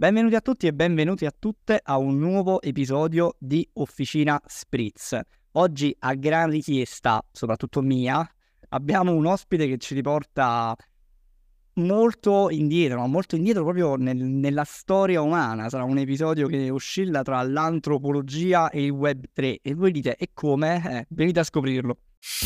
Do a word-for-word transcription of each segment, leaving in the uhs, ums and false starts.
Benvenuti a tutti e benvenuti a tutte a un nuovo episodio di Officina Spritz. Oggi, a gran richiesta, soprattutto mia, abbiamo un ospite che ci riporta molto indietro, ma molto indietro proprio nel- nella storia umana. Sarà un episodio che oscilla tra l'antropologia e il web tre. E voi dite, e come? Eh, venite a scoprirlo.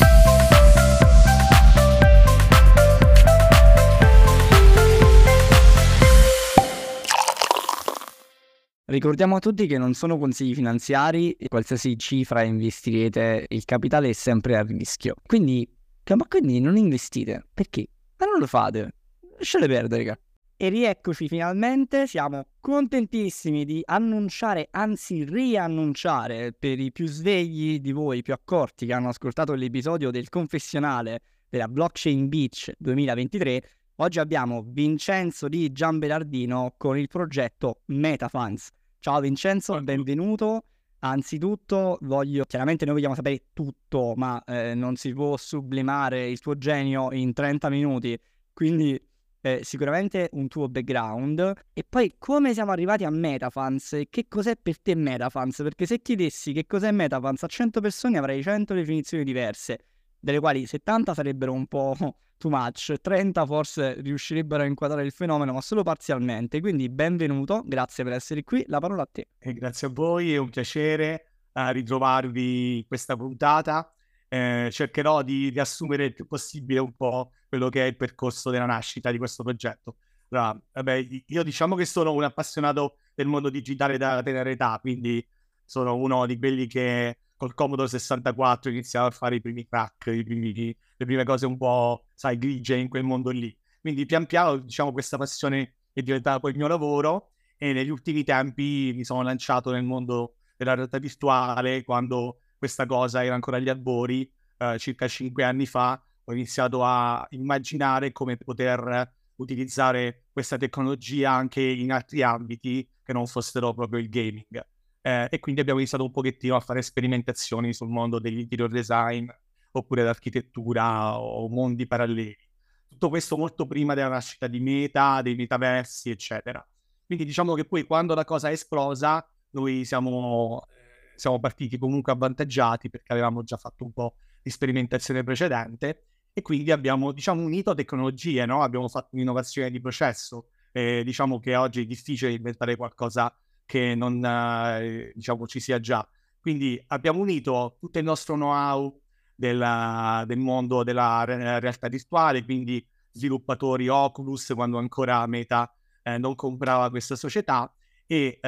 Ricordiamo a tutti che non sono consigli finanziari e qualsiasi cifra investirete, il capitale è sempre a rischio. Quindi, ma quindi non investite. Perché? Ma non lo fate. Lasciate perdere, raga. E rieccoci finalmente, siamo contentissimi di annunciare, anzi riannunciare per i più svegli di voi, i più accorti che hanno ascoltato l'episodio del confessionale della Blockchain Beach duemilaventitré. Oggi abbiamo Vincenzo di Gianberardino con il progetto MetaFunds. Ciao Vincenzo, benvenuto. Anzitutto voglio, chiaramente noi vogliamo sapere tutto, ma eh, non si può sublimare il tuo genio in trenta minuti, quindi eh, sicuramente un tuo background. E poi come siamo arrivati a MetaFunds e che cos'è per te MetaFunds? Perché se chiedessi che cos'è MetaFunds a cento persone avrei cento definizioni diverse, delle quali settanta sarebbero un po' too much, trenta forse riuscirebbero a inquadrare il fenomeno, ma solo parzialmente. Quindi benvenuto, grazie per essere qui, la parola a te. E grazie a voi, è un piacere uh, ritrovarvi in questa puntata. Eh, cercherò di riassumere il più possibile un po' quello che è il percorso della nascita di questo progetto. Allora, vabbè, io diciamo che sono un appassionato del mondo digitale da tenera età, quindi sono uno di quelli che col Commodore sessantaquattro iniziava a fare i primi crack, i primi, le prime cose un po', sai, grigie in quel mondo lì. Quindi pian piano, diciamo, questa passione è diventata poi il mio lavoro e negli ultimi tempi mi sono lanciato nel mondo della realtà virtuale quando questa cosa era ancora agli albori, eh, circa cinque anni fa. Ho iniziato a immaginare come poter utilizzare questa tecnologia anche in altri ambiti che non fossero proprio il gaming. Eh, e quindi abbiamo iniziato un pochettino a fare sperimentazioni sul mondo dell'interior design oppure l'architettura o mondi paralleli. Tutto questo molto prima della nascita di Meta, dei metaversi, eccetera. Quindi diciamo che poi quando la cosa è esplosa, noi siamo, eh, siamo partiti comunque avvantaggiati perché avevamo già fatto un po' di sperimentazione precedente e quindi abbiamo, diciamo, unito tecnologie, no? Abbiamo fatto un'innovazione di processo. Eh, diciamo che oggi è difficile inventare qualcosa che non, eh, diciamo, ci sia già. Quindi abbiamo unito tutto il nostro know-how della, del mondo della re- realtà virtuale, quindi sviluppatori Oculus, quando ancora Meta eh, non comprava questa società, e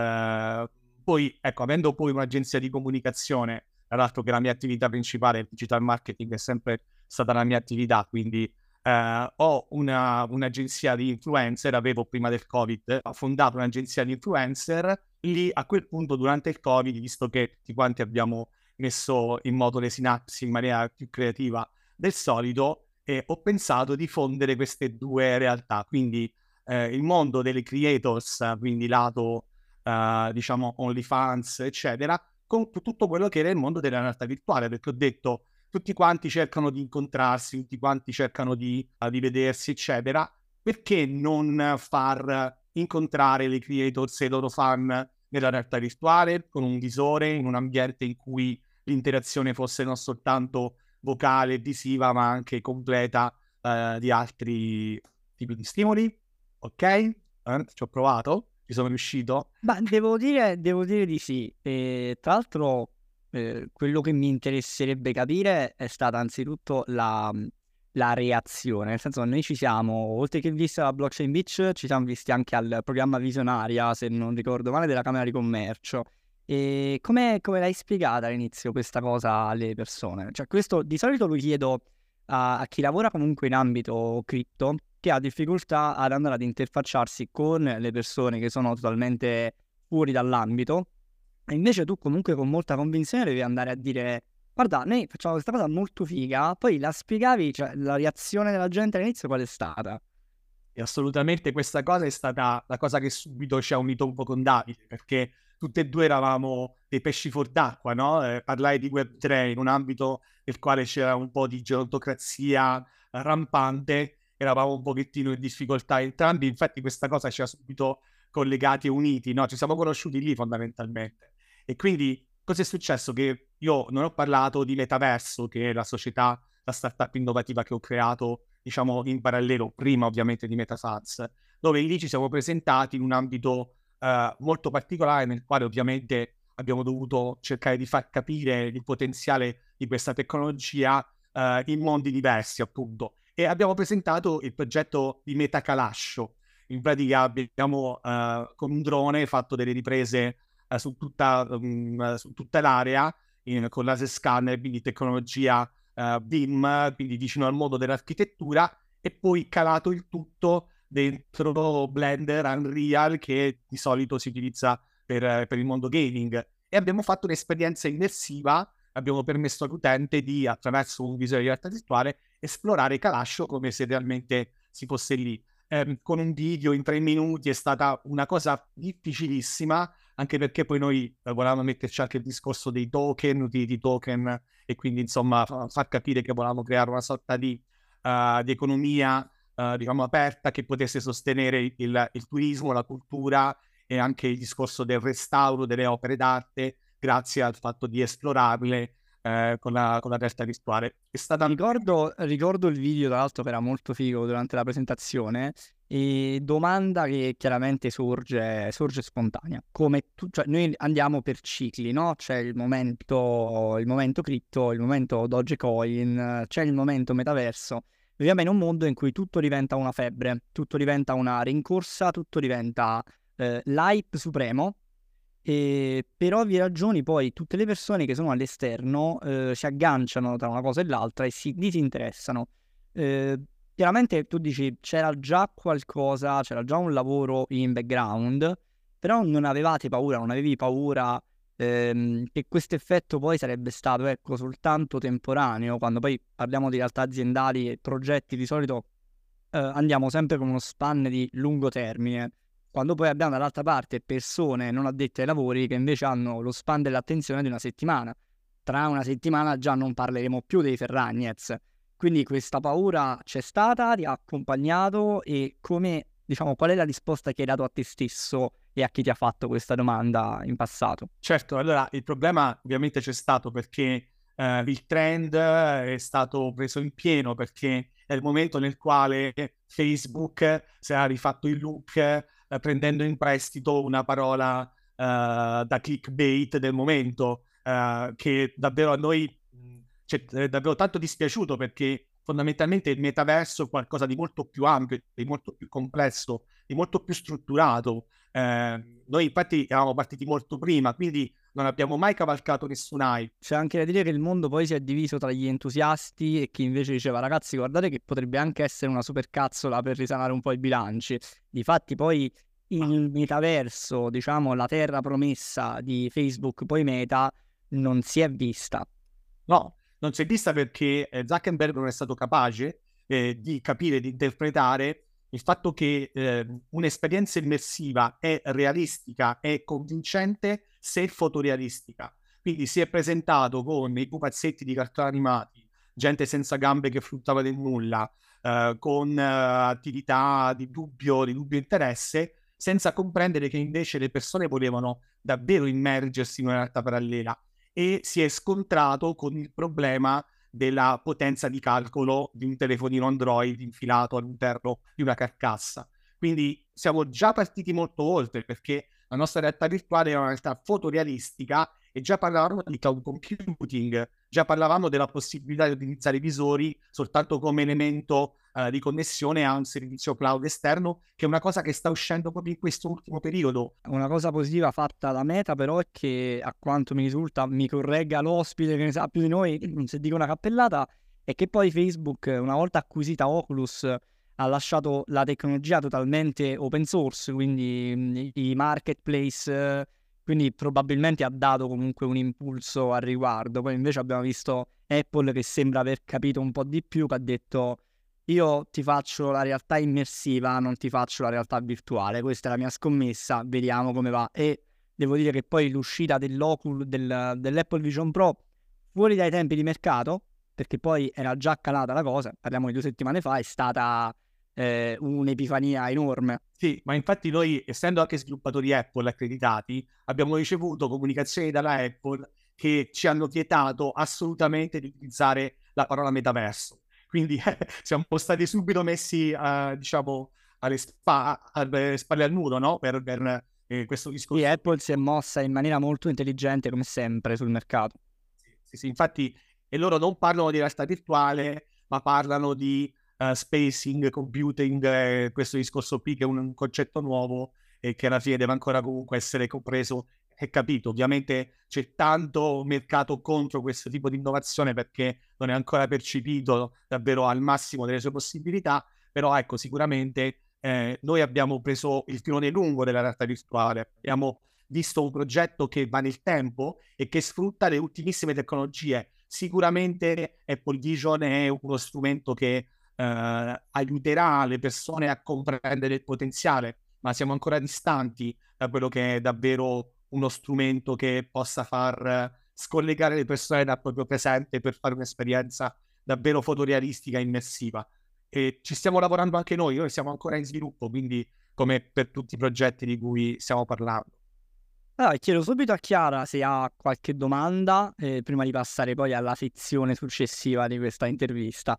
eh, poi, ecco, avendo poi un'agenzia di comunicazione, tra l'altro che la mia attività principale, il digital marketing, è sempre stata la mia attività, quindi Uh, ho una, un'agenzia di influencer, avevo prima del Covid, ho fondato un'agenzia di influencer, lì a quel punto durante il Covid, visto che tutti quanti abbiamo messo in moto le sinapsi in maniera più creativa del solito, eh, ho pensato di fondere queste due realtà, quindi eh, il mondo delle creators, quindi lato uh, diciamo OnlyFans, eccetera, con tutto quello che era il mondo della realtà virtuale, perché ho detto tutti quanti cercano di incontrarsi, tutti quanti cercano di, uh, di vedersi, eccetera. Perché non far incontrare le creators e i loro fan nella realtà virtuale, con un visore, in un ambiente in cui l'interazione fosse non soltanto vocale e visiva, ma anche completa uh, di altri tipi di stimoli? Ok? Eh, ci ho provato? Ci sono riuscito? Ma devo dire, devo dire di sì. E, tra l'altro, eh, quello che mi interesserebbe capire è stata anzitutto la, la reazione. Nel senso, noi ci siamo, oltre che vista la Blockchain Beach, ci siamo visti anche al programma Visionaria, se non ricordo male, della Camera di Commercio. E come, come l'hai spiegata all'inizio questa cosa alle persone? Cioè, questo di solito lo chiedo a, a chi lavora comunque in ambito cripto, che ha difficoltà ad andare ad interfacciarsi con le persone che sono totalmente fuori dall'ambito. E invece tu comunque con molta convinzione devi andare a dire: guarda, noi facciamo questa cosa molto figa. Poi la spiegavi, cioè la reazione della gente all'inizio qual è stata? E assolutamente questa cosa è stata la cosa che subito ci ha unito un po' con Davide, perché tutte e due eravamo dei pesci fuor d'acqua, no? Eh, parlare di web tre in un ambito nel quale c'era un po' di gerontocrazia rampante, eravamo un pochettino in difficoltà entrambi, infatti questa cosa ci ha subito collegati e uniti, no? Ci siamo conosciuti lì fondamentalmente. E quindi cosa è successo? Che io non ho parlato di Metaverso, che è la società, la startup innovativa che ho creato, diciamo, in parallelo, prima ovviamente di MetaFads, dove lì ci siamo presentati in un ambito uh, molto particolare, nel quale ovviamente abbiamo dovuto cercare di far capire il potenziale di questa tecnologia uh, in mondi diversi, appunto. E abbiamo presentato il progetto di Metacalascio. In pratica abbiamo uh, con un drone fatto delle riprese uh, su, tutta, um, su tutta l'area in, con laser scanner, quindi tecnologia uh, B I M, quindi vicino al mondo dell'architettura, e poi calato il tutto dentro Blender, Unreal, che di solito si utilizza per, per il mondo gaming. E abbiamo fatto un'esperienza immersiva, abbiamo permesso all'utente di, attraverso un visore di realtà virtuale, esplorare Calascio come se realmente si fosse lì. Eh, con un video in tre minuti è stata una cosa difficilissima, anche perché poi noi eh, volevamo metterci anche il discorso dei token, utility token, e quindi insomma fa- far capire che volevamo creare una sorta di, uh, di economia uh, diciamo aperta, che potesse sostenere il, il turismo, la cultura e anche il discorso del restauro delle opere d'arte grazie al fatto di esplorarle eh, con, la, con la realtà virtuale. È stata... Ricordo, ricordo il video, tra l'altro, che era molto figo durante la presentazione, e domanda che chiaramente sorge, sorge spontanea. Come tu, cioè noi andiamo per cicli, no? C'è il momento, il momento cripto, il momento Dogecoin, c'è il momento metaverso. Viviamo in un mondo in cui tutto diventa una febbre, tutto diventa una rincorsa, tutto diventa eh, l'hype supremo. E per ovvie ragioni poi tutte le persone che sono all'esterno eh, si agganciano tra una cosa e l'altra e si disinteressano. Eh, chiaramente tu dici c'era già qualcosa, c'era già un lavoro in background, però non avevate paura, non avevi paura ehm, che questo effetto poi sarebbe stato, ecco, soltanto temporaneo. Quando poi parliamo di realtà aziendali e progetti, di solito eh, andiamo sempre con uno span di lungo termine. Quando poi abbiamo dall'altra parte persone non addette ai lavori che invece hanno lo span dell'attenzione di una settimana. Tra una settimana già non parleremo più dei Ferragnez. Quindi questa paura c'è stata, ti ha accompagnato, e come, diciamo, qual è la risposta che hai dato a te stesso e a chi ti ha fatto questa domanda in passato? Certo, allora il problema ovviamente c'è stato perché eh, il trend è stato preso in pieno, perché è il momento nel quale Facebook si era rifatto il look eh, prendendo in prestito una parola eh, da clickbait del momento, eh, che davvero a noi mh, cioè, è davvero tanto dispiaciuto, perché fondamentalmente il metaverso è qualcosa di molto più ampio, di molto più complesso, di molto più strutturato. Eh, noi infatti eravamo partiti molto prima, quindi non abbiamo mai cavalcato nessun hype. C'è anche da dire che il mondo poi si è diviso tra gli entusiasti e chi invece diceva ragazzi guardate che potrebbe anche essere una supercazzola per risanare un po' i bilanci. Difatti poi il metaverso, diciamo la terra promessa di Facebook, poi Meta, non si è vista. No, non si è vista perché eh, Zuckerberg non è stato capace eh, di capire, di interpretare il fatto che eh, un'esperienza immersiva è realistica, è convincente se è fotorealistica. Quindi si è presentato con i pupazzetti di cartoni animati, gente senza gambe che fruttava del nulla, eh, con eh, attività di dubbio, di dubbio interesse, senza comprendere che invece le persone volevano davvero immergersi in una realtà parallela, e si è scontrato con il problema della potenza di calcolo di un telefonino Android infilato all'interno di una carcassa. Quindi siamo già partiti molto oltre, perché la nostra realtà virtuale è una realtà fotorealistica, e già parlavamo di cloud computing, già parlavamo della possibilità di utilizzare i visori soltanto come elemento uh, di connessione a un servizio cloud esterno, che è una cosa che sta uscendo proprio in questo ultimo periodo. Una cosa positiva fatta da Meta però è che, a quanto mi risulta, mi corregga l'ospite che ne sa più di noi se dico una cappellata, è che poi Facebook, una volta acquisita Oculus, ha lasciato la tecnologia totalmente open source, quindi i marketplace, quindi probabilmente ha dato comunque un impulso al riguardo. Poi invece abbiamo visto Apple che sembra aver capito un po' di più, che ha detto io ti faccio la realtà immersiva, non ti faccio la realtà virtuale, questa è la mia scommessa, vediamo come va. E devo dire che poi l'uscita dell'Oculus, del, dell'Apple Vision Pro, fuori dai tempi di mercato, perché poi era già calata la cosa, parliamo di due settimane fa, è stata eh, un'epifania enorme. Sì, ma infatti noi, essendo anche sviluppatori Apple accreditati, abbiamo ricevuto comunicazioni dalla Apple che ci hanno vietato assolutamente di utilizzare la parola metaverso. Quindi eh, siamo stati subito messi, uh, diciamo, alle, spa- alle spalle al muro, no? Per, per eh, questo discorso. Sì, Apple si è mossa in maniera molto intelligente, come sempre, sul mercato. Sì, sì, sì, infatti, e loro non parlano di realtà virtuale, ma parlano di uh, spacing, computing, eh, questo discorso qui che è un, un concetto nuovo e che alla fine deve ancora comunque essere compreso e capito. Ovviamente c'è tanto mercato contro questo tipo di innovazione perché non è ancora percepito davvero al massimo delle sue possibilità, però ecco, sicuramente eh, noi abbiamo preso il filone lungo della realtà virtuale, abbiamo visto un progetto che va nel tempo e che sfrutta le ultimissime tecnologie. Sicuramente Apple Vision è uno strumento che eh, aiuterà le persone a comprendere il potenziale, ma siamo ancora distanti da quello che è davvero uno strumento che possa far scollegare le persone dal proprio presente per fare un'esperienza davvero fotorealistica e immersiva. E ci stiamo lavorando anche noi, noi siamo ancora in sviluppo, quindi come per tutti i progetti di cui stiamo parlando. Allora, chiedo subito a Chiara se ha qualche domanda, eh, prima di passare poi alla sezione successiva di questa intervista.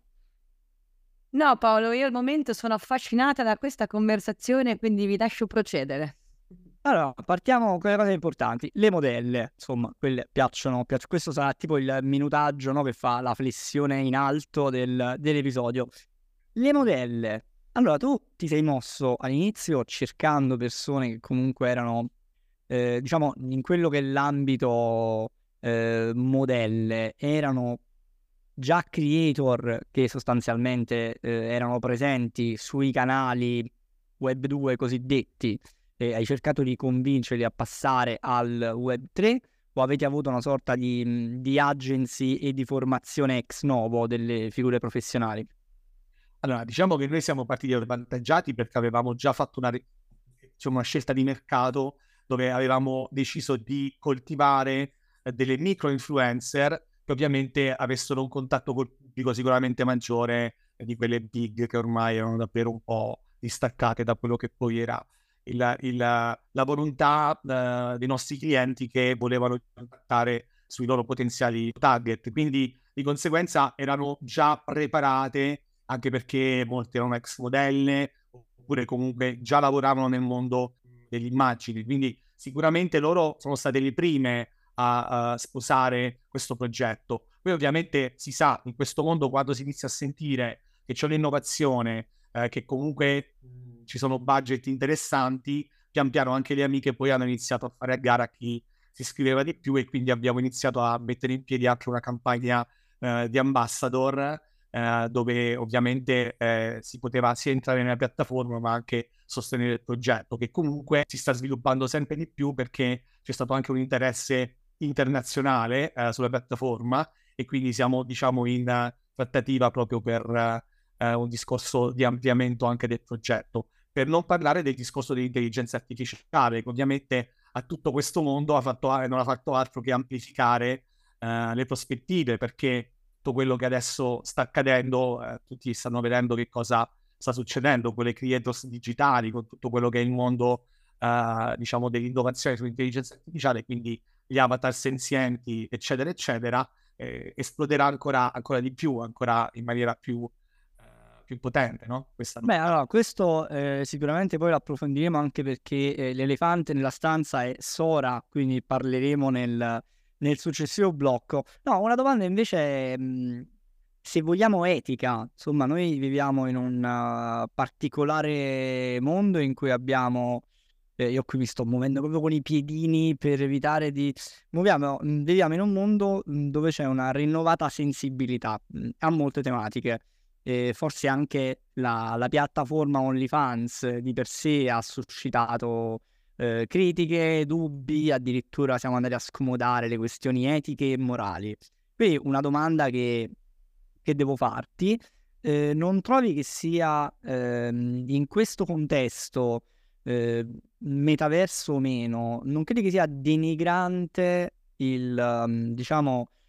No, Paolo, io al momento sono affascinata da questa conversazione, quindi vi lascio procedere. Allora, partiamo con le cose importanti. Le modelle, insomma, quelle piacciono, piacciono. Questo sarà tipo il minutaggio, no, che fa la flessione in alto del, dell'episodio. Le modelle. Allora, tu ti sei mosso all'inizio cercando persone che comunque erano, eh, diciamo, in quello che è l'ambito eh, modelle, erano già creator che sostanzialmente eh, erano presenti sui canali web due cosiddetti. Eh, hai cercato di convincerli a passare al web tre o avete avuto una sorta di, di agency e di formazione ex novo delle figure professionali? Allora, diciamo che noi siamo partiti avvantaggiati perché avevamo già fatto una, diciamo, una scelta di mercato dove avevamo deciso di coltivare eh, delle micro influencer che ovviamente avessero un contatto col pubblico sicuramente maggiore eh, di quelle big che ormai erano davvero un po' distaccate da quello che poi era il, il, la volontà eh, dei nostri clienti che volevano contattare sui loro potenziali target. Quindi di conseguenza erano già preparate anche perché molte erano ex modelle oppure comunque già lavoravano nel mondo delle immagini, quindi sicuramente loro sono state le prime a, a sposare questo progetto. Poi ovviamente si sa, in questo mondo quando si inizia a sentire che c'è un'innovazione, eh, che comunque mh, ci sono budget interessanti, pian piano anche le amiche poi hanno iniziato a fare a gara a chi si iscriveva di più e quindi abbiamo iniziato a mettere in piedi anche una campagna eh, di ambassador eh, dove ovviamente eh, si poteva sia entrare nella piattaforma ma anche sostenere il progetto che comunque si sta sviluppando sempre di più perché c'è stato anche un interesse internazionale eh, sulla piattaforma e quindi siamo diciamo in uh, trattativa proprio per uh, un discorso di ampliamento anche del progetto, per non parlare del discorso dell'intelligenza artificiale che ovviamente a tutto questo mondo ha fatto, non ha fatto altro che amplificare uh, le prospettive perché tutto quello che adesso sta accadendo, eh, tutti stanno vedendo che cosa sta succedendo con le creators digitali, con tutto quello che è il mondo eh, diciamo dell'innovazione sull'intelligenza artificiale, quindi gli avatar senzienti eccetera eccetera, eh, esploderà ancora, ancora di più, ancora in maniera più, eh, più potente, no? Questa Beh, allora, questo eh, sicuramente poi lo approfondiremo anche perché eh, l'elefante nella stanza è Sora, quindi parleremo nel, nel successivo blocco. No, una domanda invece, mh, se vogliamo etica, insomma, noi viviamo in un uh, particolare mondo in cui abbiamo, eh, io qui mi sto muovendo proprio con i piedini per evitare di... Muoviamo, mh, viviamo in un mondo mh, dove c'è una rinnovata sensibilità mh, a molte tematiche. E forse anche la, la piattaforma OnlyFans di per sé ha suscitato eh, critiche, dubbi, addirittura siamo andati a scomodare le questioni etiche e morali. Quindi una domanda che, che devo farti, eh, non trovi che sia ehm, in questo contesto, eh, metaverso o meno, non credi che sia denigrante il, um, diciamo,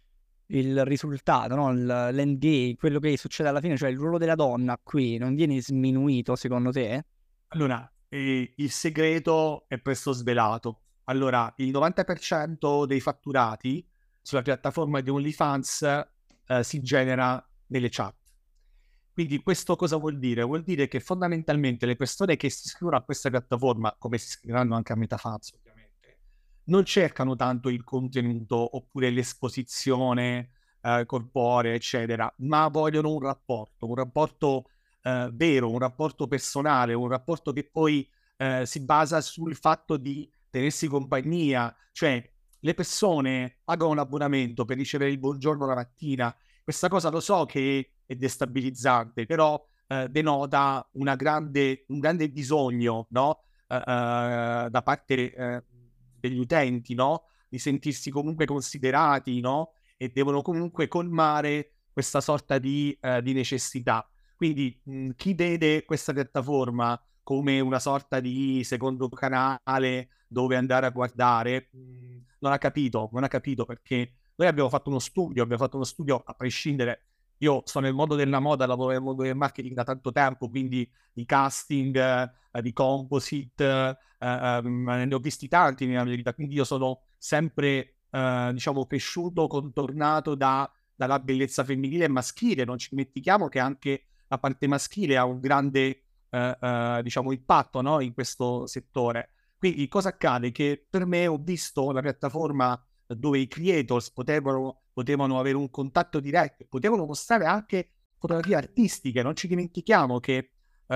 il risultato, no? Il- L'end game, quello che succede alla fine, cioè il ruolo della donna qui non viene sminuito secondo te? Allora, eh, il segreto è presto svelato. Allora, il novanta per cento dei fatturati sulla piattaforma di OnlyFans eh, si genera nelle chat. Quindi questo cosa vuol dire? Vuol dire che fondamentalmente le persone che si iscrivono a questa piattaforma, come si iscriveranno anche a MetaFans ovviamente, non cercano tanto il contenuto oppure l'esposizione eh, corporea, eccetera, ma vogliono un rapporto, un rapporto eh, vero, un rapporto personale, un rapporto che poi eh, si basa sul fatto di tenersi compagnia, cioè le persone pagano un abbonamento per ricevere il buongiorno la mattina. Questa cosa lo so che è destabilizzante, però eh, denota una grande, un grande bisogno, no? Eh, eh, da parte eh, degli utenti, no? Di sentirsi comunque considerati, no? E devono comunque colmare questa sorta di, eh, di necessità. Quindi mh, chi vede questa piattaforma come una sorta di secondo canale dove andare a guardare, mh, non ha capito, non ha capito perché noi abbiamo fatto uno studio, abbiamo fatto uno studio a prescindere. Io sto nel mondo della moda, lavoro nel mondo del marketing da tanto tempo, quindi di casting, eh, di composite, eh, eh, ne ho visti tanti nella mia vita, quindi io sono sempre, eh, diciamo, cresciuto, contornato da, dalla bellezza femminile e maschile. Non ci dimentichiamo che anche la parte maschile ha un grande, eh, eh, diciamo, impatto, no? In questo settore. Quindi cosa accade? Che per me ho visto la piattaforma dove i creators potevano, potevano avere un contatto diretto, potevano mostrare anche fotografie artistiche. Non ci dimentichiamo che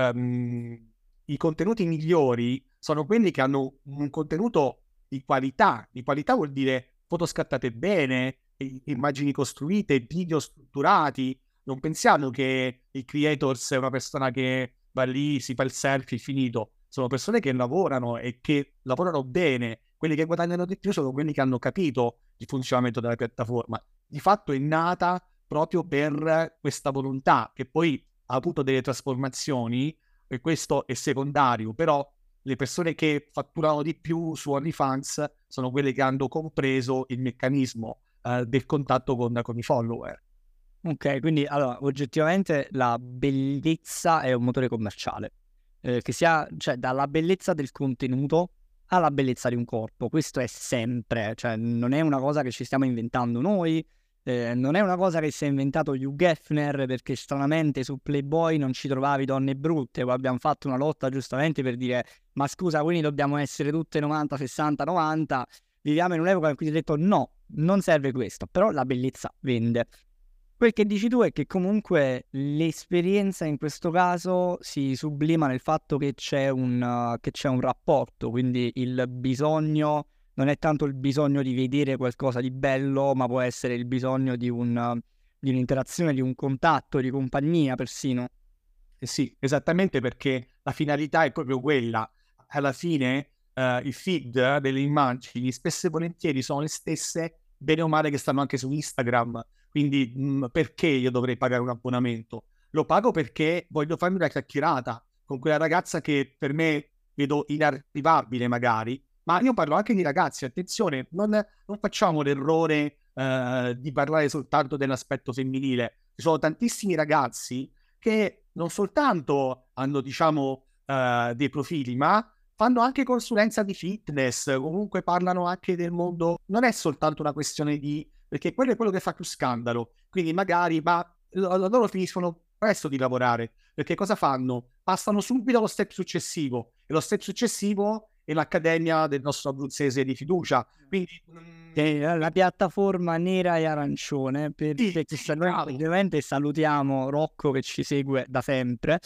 um, i contenuti migliori sono quelli che hanno un contenuto di qualità. Di qualità vuol dire foto scattate bene, immagini costruite, video strutturati. Non pensiamo che il creators è una persona che va lì, si fa il selfie, finito. Sono persone che lavorano e che lavorano bene. Quelli che guadagnano di più sono quelli che hanno capito il funzionamento della piattaforma. Di fatto è nata proprio per questa volontà, che poi ha avuto delle trasformazioni, e questo è secondario, però le persone che fatturano di più su OnlyFans sono quelle che hanno compreso il meccanismo eh, del contatto con, con i follower. Ok, quindi allora oggettivamente la bellezza è un motore commerciale, eh, che sia, cioè, dalla bellezza del contenuto alla bellezza di un corpo. Questo è sempre, cioè non è una cosa che ci stiamo inventando noi, eh, non è una cosa che si è inventato Hugh Hefner perché stranamente su Playboy non ci trovavi donne brutte, o abbiamo fatto una lotta giustamente per dire ma scusa, quindi dobbiamo essere tutte novanta, sessanta, novanta, viviamo in un'epoca in cui si è detto no, non serve questo, però la bellezza vende. Quel che dici tu è che comunque l'esperienza in questo caso si sublima nel fatto che c'è un, uh, che c'è un rapporto, quindi il bisogno non è tanto il bisogno di vedere qualcosa di bello, ma può essere il bisogno di, un, uh, di un'interazione, di un contatto, di compagnia persino. Eh sì, esattamente, perché la finalità è proprio quella. Alla fine eh, il feed delle immagini spesso e volentieri sono le stesse, bene o male, che stanno anche su Instagram. Quindi mh, perché io dovrei pagare un abbonamento? Lo pago perché voglio farmi una chiacchierata con quella ragazza che per me vedo inarrivabile magari, ma io parlo anche di ragazzi. Attenzione, non, non facciamo l'errore eh, di parlare soltanto dell'aspetto femminile. Ci sono tantissimi ragazzi che non soltanto hanno, diciamo, eh, dei profili, ma fanno anche consulenza di fitness, comunque parlano anche del mondo. Non è soltanto una questione di... perché quello è quello che fa più scandalo. Quindi magari, ma loro finiscono presto di lavorare, perché cosa fanno? Passano subito allo step successivo, e lo step successivo è l'accademia del nostro abruzzese di fiducia. Quindi Che è la piattaforma nera e arancione, per, sì, perché sì, noi bravo. ovviamente salutiamo Rocco che ci segue da sempre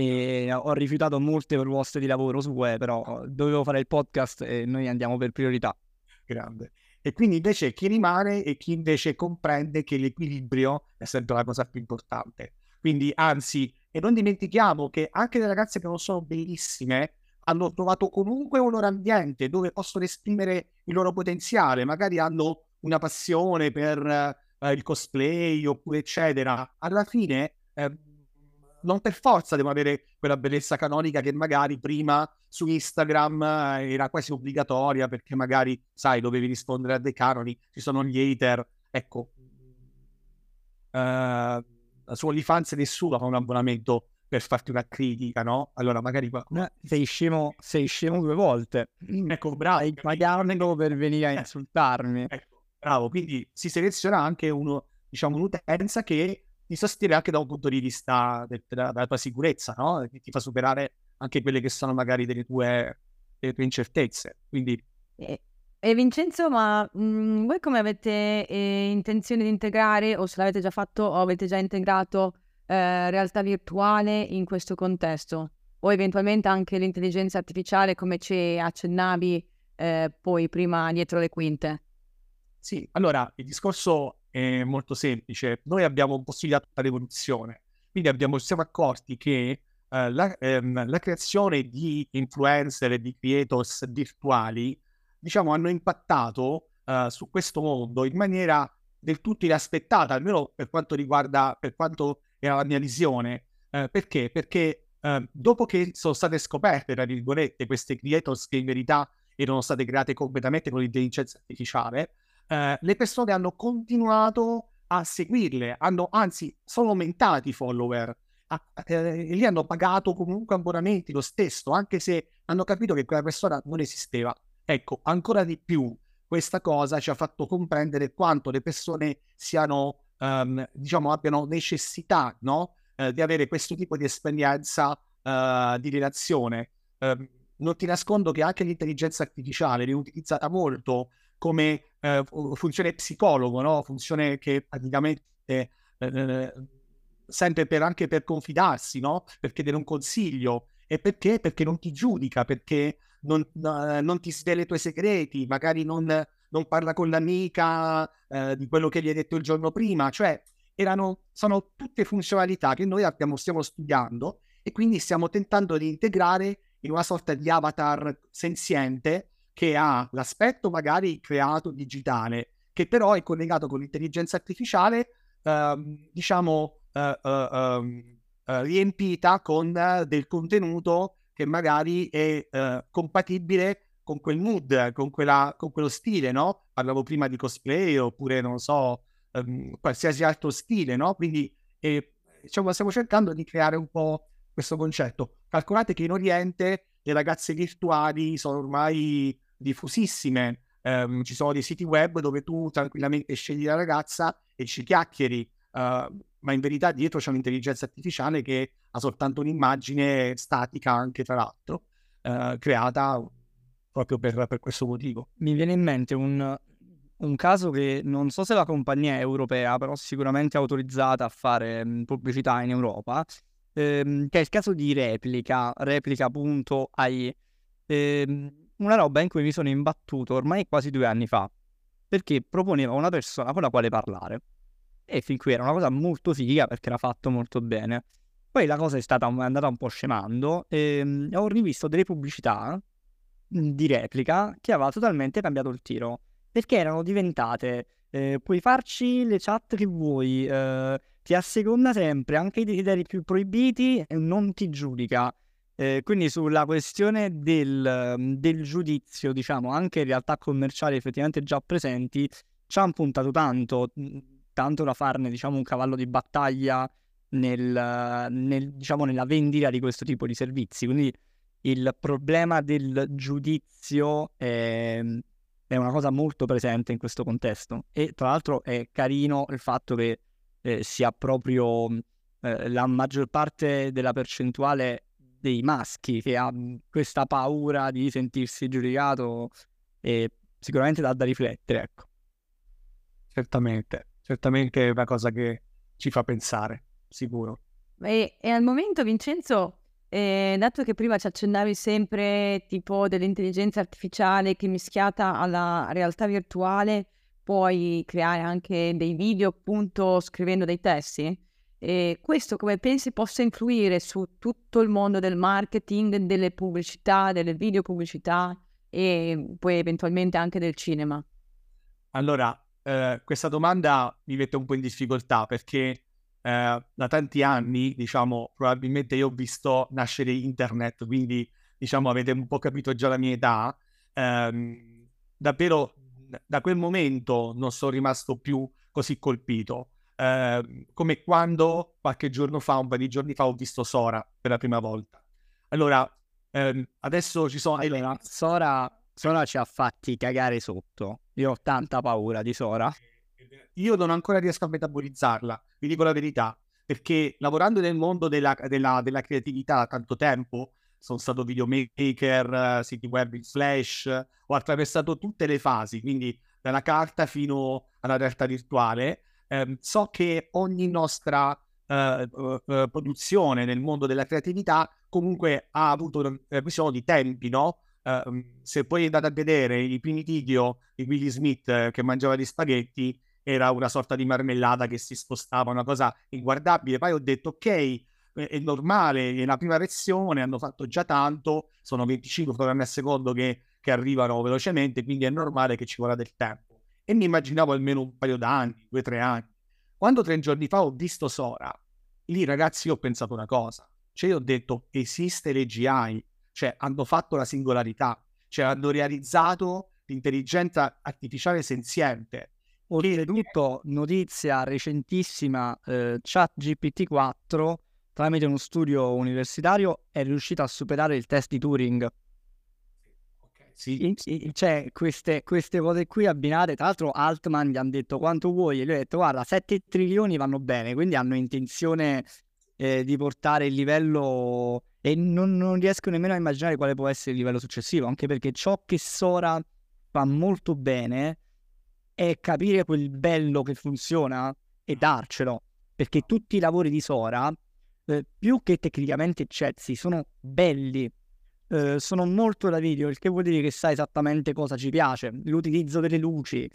e ho rifiutato molte proposte di lavoro sue, però dovevo fare il podcast e noi andiamo per priorità. Grande. E quindi invece chi rimane e chi invece comprende che l'equilibrio è sempre la cosa più importante. Quindi, anzi, e non dimentichiamo che anche le ragazze che non sono bellissime hanno trovato comunque un loro ambiente dove possono esprimere il loro potenziale, magari hanno una passione per eh, il cosplay oppure eccetera. Alla fine eh, non per forza devono avere quella bellezza canonica che magari prima su Instagram eh, era quasi obbligatoria, perché magari, sai, dovevi rispondere a dei canoni, ci sono gli hater. Ecco, eh, su OnlyFans nessuno fa un abbonamento per farti una critica, no? Allora magari qualcuno... No, sei scemo, sei scemo due volte. Ecco, bravo. Hai pagato per venire a Eh, insultarmi. Ecco, bravo. Quindi si seleziona anche uno, diciamo, un'utenza che ti sostiene anche da un punto di vista de- della, della tua sicurezza, no? Che ti fa superare anche quelle che sono magari delle tue, delle tue incertezze. Quindi E, e Vincenzo, ma mh, voi come avete eh, intenzione di integrare, o se l'avete già fatto, o avete già integrato eh, realtà virtuale in questo contesto? O eventualmente anche l'intelligenza artificiale, come ci accennavi eh, poi prima dietro le quinte? sì, allora il discorso è molto semplice. Noi abbiamo un po' studiato la rivoluzione, quindi abbiamo, ci siamo accorti che eh, la, ehm, la creazione di influencer e di creators virtuali, diciamo, hanno impattato eh, su questo mondo in maniera del tutto inaspettata, almeno per quanto riguarda, per quanto era la mia visione. Eh, perché? Perché eh, dopo che sono state scoperte, tra virgolette, queste creators che in verità erano state create completamente con l'intelligenza artificiale, eh, le persone hanno continuato a seguirle, hanno, anzi, sono aumentati i follower, a- eh, e li hanno pagato comunque abbonamenti lo stesso, anche se hanno capito che quella persona non esisteva. Ecco, ancora di più, questa cosa ci ha fatto comprendere quanto le persone siano, ehm, diciamo, abbiano necessità, no? Eh, di avere questo tipo di esperienza, eh, di relazione. Eh, non ti nascondo che anche l'intelligenza artificiale viene utilizzata molto come eh, funzione psicologo, no? Funzione che praticamente eh, sempre per, anche per confidarsi, no? Per chiedere un consiglio. E perché? Perché non ti giudica, perché non, eh, non ti svela i tuoi segreti, magari non, non parla con l'amica eh, di quello che gli hai detto il giorno prima. Cioè, erano, sono tutte funzionalità che noi abbiamo, stiamo studiando e quindi stiamo tentando di integrare in una sorta di avatar senziente che ha l'aspetto magari creato digitale, che però è collegato con l'intelligenza artificiale, ehm, diciamo, eh, eh, ehm, eh, riempita con eh, del contenuto che magari è eh, compatibile con quel mood, con, quella, con quello stile, no? Parlavo prima di cosplay oppure, non so, ehm, qualsiasi altro stile, no? Quindi eh, diciamo, stiamo cercando di creare un po' questo concetto. Calcolate che in Oriente le ragazze virtuali sono ormai diffusissime. Um, ci sono dei siti web dove tu tranquillamente scegli la ragazza e ci chiacchieri, uh, ma in verità dietro c'è un'intelligenza artificiale che ha soltanto un'immagine statica, anche tra l'altro, uh, creata proprio per, per questo motivo. Mi viene in mente un, un caso che non so se la compagnia è europea, però sicuramente è autorizzata a fare mh, pubblicità in Europa, ehm, che è il caso di Replica, replica punto a i. Ehm, una roba in cui mi sono imbattuto ormai quasi due anni fa, perché proponeva una persona con la quale parlare. E fin qui era una cosa molto figa perché era fatto molto bene. Poi la cosa è stata è andata un po' scemando e ho rivisto delle pubblicità di Replica che aveva totalmente cambiato il tiro, perché erano diventate eh, puoi farci le chat che vuoi, eh, ti asseconda sempre anche i desideri più proibiti e non ti giudica. Eh, quindi sulla questione del, del giudizio, diciamo, anche in realtà commerciali effettivamente già presenti, ci hanno puntato tanto, tanto da farne, diciamo, un cavallo di battaglia nel, nel, diciamo, nella vendita di questo tipo di servizi. Quindi il problema del giudizio è, è una cosa molto presente in questo contesto. E tra l'altro è carino il fatto che eh, sia proprio eh, la maggior parte della percentuale dei maschi che ha questa paura di sentirsi giudicato, e sicuramente dà da riflettere, ecco. Certamente, certamente è una cosa che ci fa pensare, sicuro. E, e al momento, Vincenzo, eh, dato che prima ci accennavi sempre tipo dell'intelligenza artificiale che mischiata alla realtà virtuale puoi creare anche dei video appunto scrivendo dei testi, e questo come pensi possa influire su tutto il mondo del marketing, delle pubblicità, delle video pubblicità e poi eventualmente anche del cinema? Allora, eh, questa domanda mi mette un po' in difficoltà perché eh, da tanti anni, diciamo, probabilmente io ho visto nascere internet, quindi, diciamo, avete un po' capito già la mia età. Ehm, davvero, da quel momento non sono rimasto più così colpito. eh, come quando qualche giorno fa, un paio di giorni fa, ho visto Sora per la prima volta. Allora, ehm, adesso ci sono... Allora, Sora, Sora ci ha fatti cagare sotto. Io ho tanta paura di Sora. Io non ancora riesco a metabolizzarla, vi dico la verità, perché lavorando nel mondo della, della, della creatività da tanto tempo, sono stato videomaker, uh, siti web in Flash, ho attraversato tutte le fasi, quindi dalla carta fino alla realtà virtuale. Eh, so che ogni nostra uh, uh, uh, produzione nel mondo della creatività comunque ha avuto una visione di tempi, no? Uh, se poi andate a vedere i primi video di Willy Smith uh, che mangiava gli spaghetti, era una sorta di marmellata che si spostava, una cosa inguardabile. Poi ho detto, ok, è normale, è la prima versione, hanno fatto già tanto, sono venticinque fotogrammi al secondo che, che arrivano velocemente, quindi è normale che ci vorrà del tempo. E mi immaginavo almeno un paio d'anni, due o tre anni. Quando tre giorni fa ho visto Sora, lì ragazzi ho pensato una cosa, cioè io ho detto, esiste l'A G I, cioè hanno fatto la singolarità, cioè hanno realizzato l'intelligenza artificiale senziente. Oltretutto, notizia recentissima, eh, ChatGPT quattro, tramite uno studio universitario, è riuscito a superare il test di Turing. Okay, sì. I- i- Cioè, queste, queste cose qui abbinate, tra l'altro Altman gli hanno detto quanto vuoi, e lui ha detto guarda, sette trilioni vanno bene, quindi hanno intenzione eh, di portare il livello, e non, non riesco nemmeno a immaginare quale può essere il livello successivo, anche perché ciò che Sora fa molto bene è capire quel bello che funziona e darcelo, perché tutti i lavori di Sora, eh, più che tecnicamente eccezzi, sono belli, eh, sono molto da video, il che vuol dire che sa esattamente cosa ci piace. L'utilizzo delle luci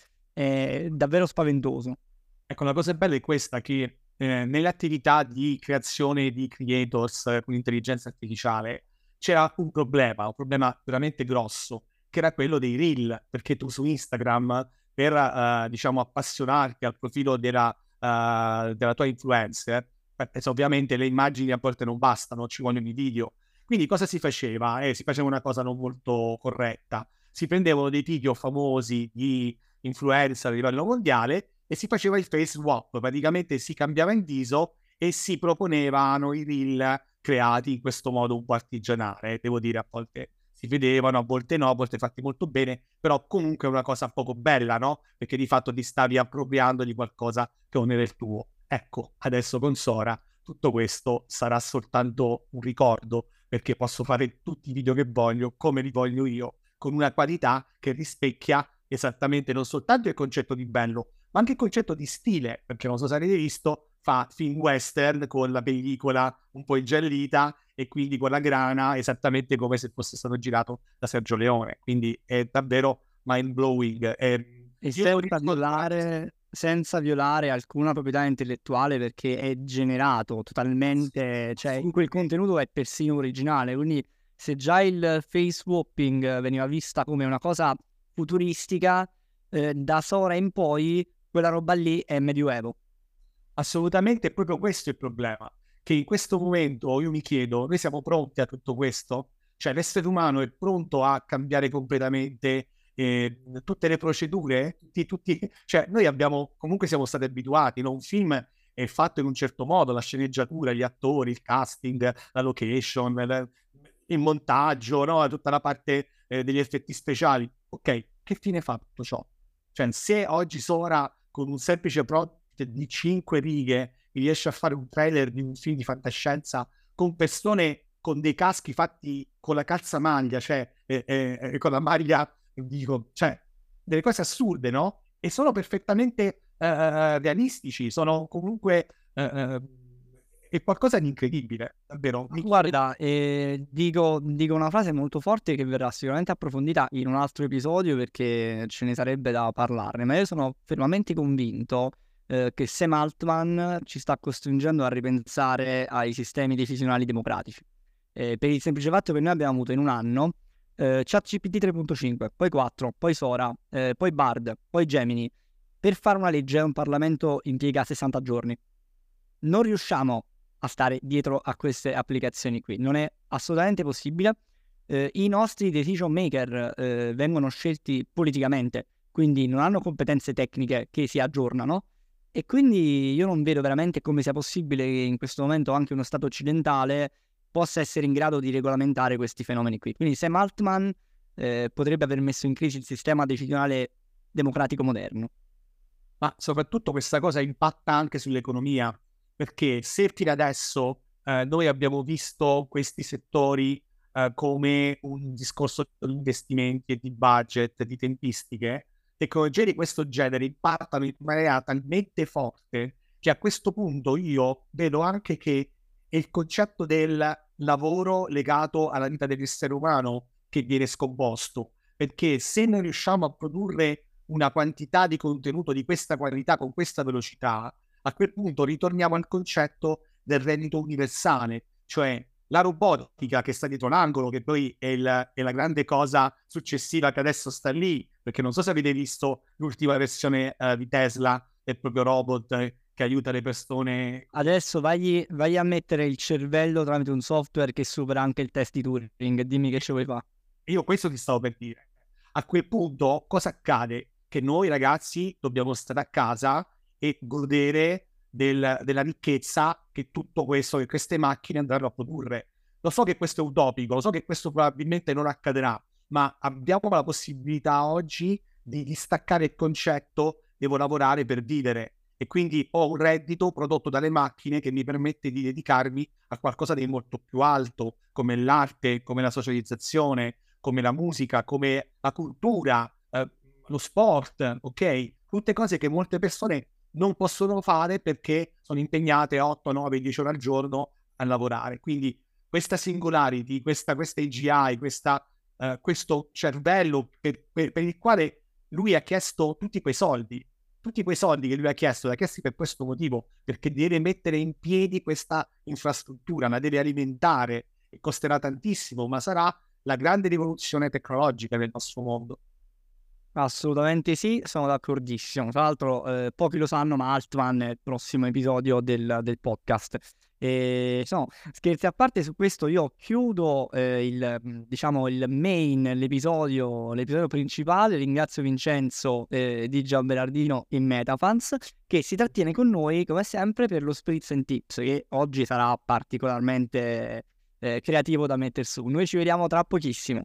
è davvero spaventoso. Ecco, la cosa bella è questa, che eh, nelle attività di creazione di creators eh, con intelligenza artificiale c'era un problema, un problema veramente grosso, che era quello dei reel, perché tu su Instagram, per uh, diciamo appassionarti al profilo della, uh, della tua influencer, perché ovviamente le immagini a volte non bastano, ci vogliono i video. Quindi cosa si faceva? Eh, si faceva una cosa non molto corretta. Si prendevano dei video famosi di influencer a livello mondiale e si faceva il face swap, praticamente si cambiava in viso e si proponevano i reel creati in questo modo un po' artigianale. Devo dire, a volte si vedevano, a volte no, a volte fatti molto bene, però comunque è una cosa poco bella, no? Perché di fatto ti stavi appropriando di qualcosa che non era il tuo. Ecco, adesso con Sora tutto questo sarà soltanto un ricordo, perché posso fare tutti i video che voglio, come li voglio io, con una qualità che rispecchia esattamente non soltanto il concetto di bello, ma anche il concetto di stile, perché non so se avete visto, fa film western con la pellicola un po' ingellita e quindi con la grana esattamente come se fosse stato girato da Sergio Leone, quindi è davvero mind blowing. E senza violare, senza violare alcuna proprietà intellettuale, perché è generato totalmente, cioè in quel contenuto è persino originale, quindi se già il face swapping veniva vista come una cosa futuristica, eh, da Sora in poi quella roba lì è medioevo. Assolutamente, è proprio questo il problema, che in questo momento io mi chiedo, noi siamo pronti a tutto questo? Cioè l'essere umano è pronto a cambiare completamente eh, tutte le procedure? Tutti, tutti... Cioè noi abbiamo, comunque siamo stati abituati, no? Un film è fatto in un certo modo, la sceneggiatura, gli attori, il casting, la location, la... il montaggio, no? Tutta la parte eh, degli effetti speciali. Ok, che fine fa tutto ciò? Cioè se oggi Sora con un semplice prompt di cinque righe riesce a fare un trailer di un film di fantascienza con persone con dei caschi fatti con la calzamaglia, cioè eh, eh, con la maglia, dico, cioè delle cose assurde, no? E sono perfettamente eh, realistici, sono comunque eh, è qualcosa di incredibile, davvero. Mi... Guarda, eh, dico, dico una frase molto forte che verrà sicuramente approfondita in un altro episodio, perché ce ne sarebbe da parlarne, ma io sono fermamente convinto eh, che Sam Altman ci sta costringendo a ripensare ai sistemi decisionali democratici, eh, per il semplice fatto che noi abbiamo avuto in un anno eh, ChatGPT tre punto cinque, poi quattro, poi Sora, eh, poi Bard, poi Gemini. Per fare una legge un Parlamento impiega sessanta giorni. Non riusciamo a stare dietro a queste applicazioni qui, non è assolutamente possibile. Eh, i nostri decision maker eh, vengono scelti politicamente, quindi non hanno competenze tecniche che si aggiornano, E quindi io non vedo veramente come sia possibile che in questo momento anche uno Stato occidentale possa essere in grado di regolamentare questi fenomeni qui. Quindi Sam Altman eh, potrebbe aver messo in crisi il sistema decisionale democratico moderno. Ma soprattutto questa cosa impatta anche sull'economia, perché se fino adesso eh, noi abbiamo visto questi settori eh, come un discorso di investimenti e di budget, di tempistiche, tecnologie di questo genere impattano in maniera talmente forte che a questo punto io vedo anche che è il concetto del lavoro legato alla vita dell'essere umano che viene scomposto, perché se non riusciamo a produrre una quantità di contenuto di questa qualità con questa velocità, a quel punto ritorniamo al concetto del reddito universale, cioè la robotica che sta dietro l'angolo, che poi è, il, è la grande cosa successiva che adesso sta lì, perché non so se avete visto l'ultima versione uh, di Tesla, è proprio robot eh, che aiuta le persone. Adesso vai, vai a mettere il cervello tramite un software che supera anche il test di Turing, dimmi che ci vuoi fare. Io questo ti stavo per dire. A quel punto cosa accade? Che noi ragazzi dobbiamo stare a casa e godere del, della ricchezza che tutto questo, che queste macchine andranno a produrre. Lo so che questo è utopico, lo so che questo probabilmente non accadrà, ma abbiamo la possibilità oggi di distaccare il concetto devo lavorare per vivere e quindi ho un reddito prodotto dalle macchine che mi permette di dedicarmi a qualcosa di molto più alto, come l'arte, come la socializzazione, come la musica, come la cultura, eh, lo sport, ok? Tutte cose che molte persone non possono fare perché sono impegnate otto, nove, dieci ore al giorno a lavorare. Quindi questa singularity, questa, questa A G I, questa, uh, questo cervello per, per, per il quale lui ha chiesto tutti quei soldi, tutti quei soldi che lui ha chiesto, li ha chiesti per questo motivo, perché deve mettere in piedi questa infrastruttura, la deve alimentare e costerà tantissimo, ma sarà la grande rivoluzione tecnologica del nostro mondo. Assolutamente sì, sono d'accordissimo. Tra l'altro eh, pochi lo sanno, ma Altman è il prossimo episodio del, del podcast. E no, scherzi a parte, su questo io chiudo eh, il, diciamo, il main, l'episodio, l'episodio principale. Ringrazio Vincenzo eh, di Gianberardino in Metafans, che si trattiene con noi come sempre per lo Spritz and Tips, che oggi sarà particolarmente eh, creativo da mettere su. Noi ci vediamo tra pochissimo.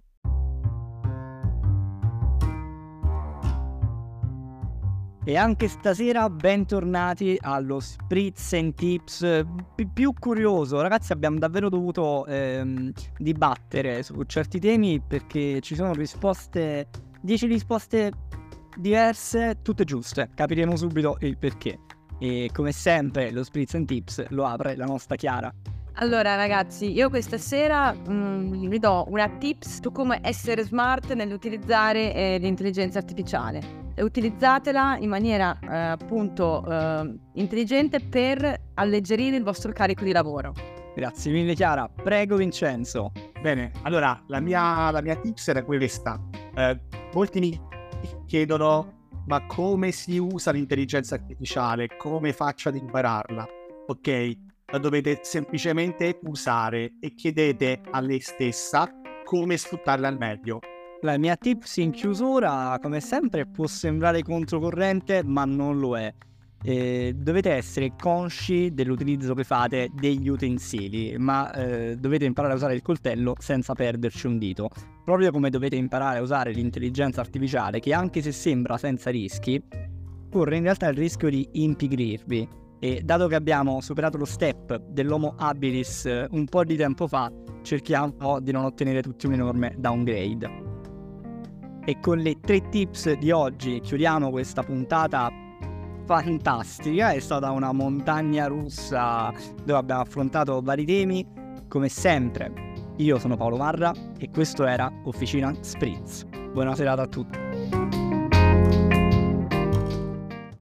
E anche stasera bentornati allo Spritz and Tips P- più curioso. Ragazzi, abbiamo davvero dovuto ehm, dibattere su certi temi perché ci sono risposte, dieci risposte diverse, tutte giuste. Capiremo subito il perché. E come sempre lo Spritz and Tips lo apre la nostra Chiara. Allora ragazzi, io questa sera mm, vi do una tips su come essere smart nell'utilizzare eh, l'intelligenza artificiale. E utilizzatela in maniera eh, appunto eh, intelligente per alleggerire il vostro carico di lavoro. Grazie mille Chiara, prego Vincenzo. Bene, allora la mia, la mia tips era questa. Eh, molti mi chiedono ma come si usa l'intelligenza artificiale, come faccio ad impararla? Ok, la dovete semplicemente usare e chiedete a lei stessa come sfruttarla al meglio. La mia tips in chiusura, come sempre, può sembrare controcorrente, ma non lo è. Eh, dovete essere consci dell'utilizzo che fate degli utensili, ma eh, dovete imparare a usare il coltello senza perderci un dito. Proprio come dovete imparare a usare l'intelligenza artificiale, che anche se sembra senza rischi, corre in realtà il rischio di impigrirvi. E dato che abbiamo superato lo step dell'Homo habilis eh, un po' di tempo fa, cerchiamo di non ottenere tutti un enorme downgrade. E con le tre tips di oggi chiudiamo questa puntata fantastica. È stata una montagna russa dove abbiamo affrontato vari temi. Come sempre, io sono Paolo Marra e questo era Officina Spritz. Buona serata a tutti.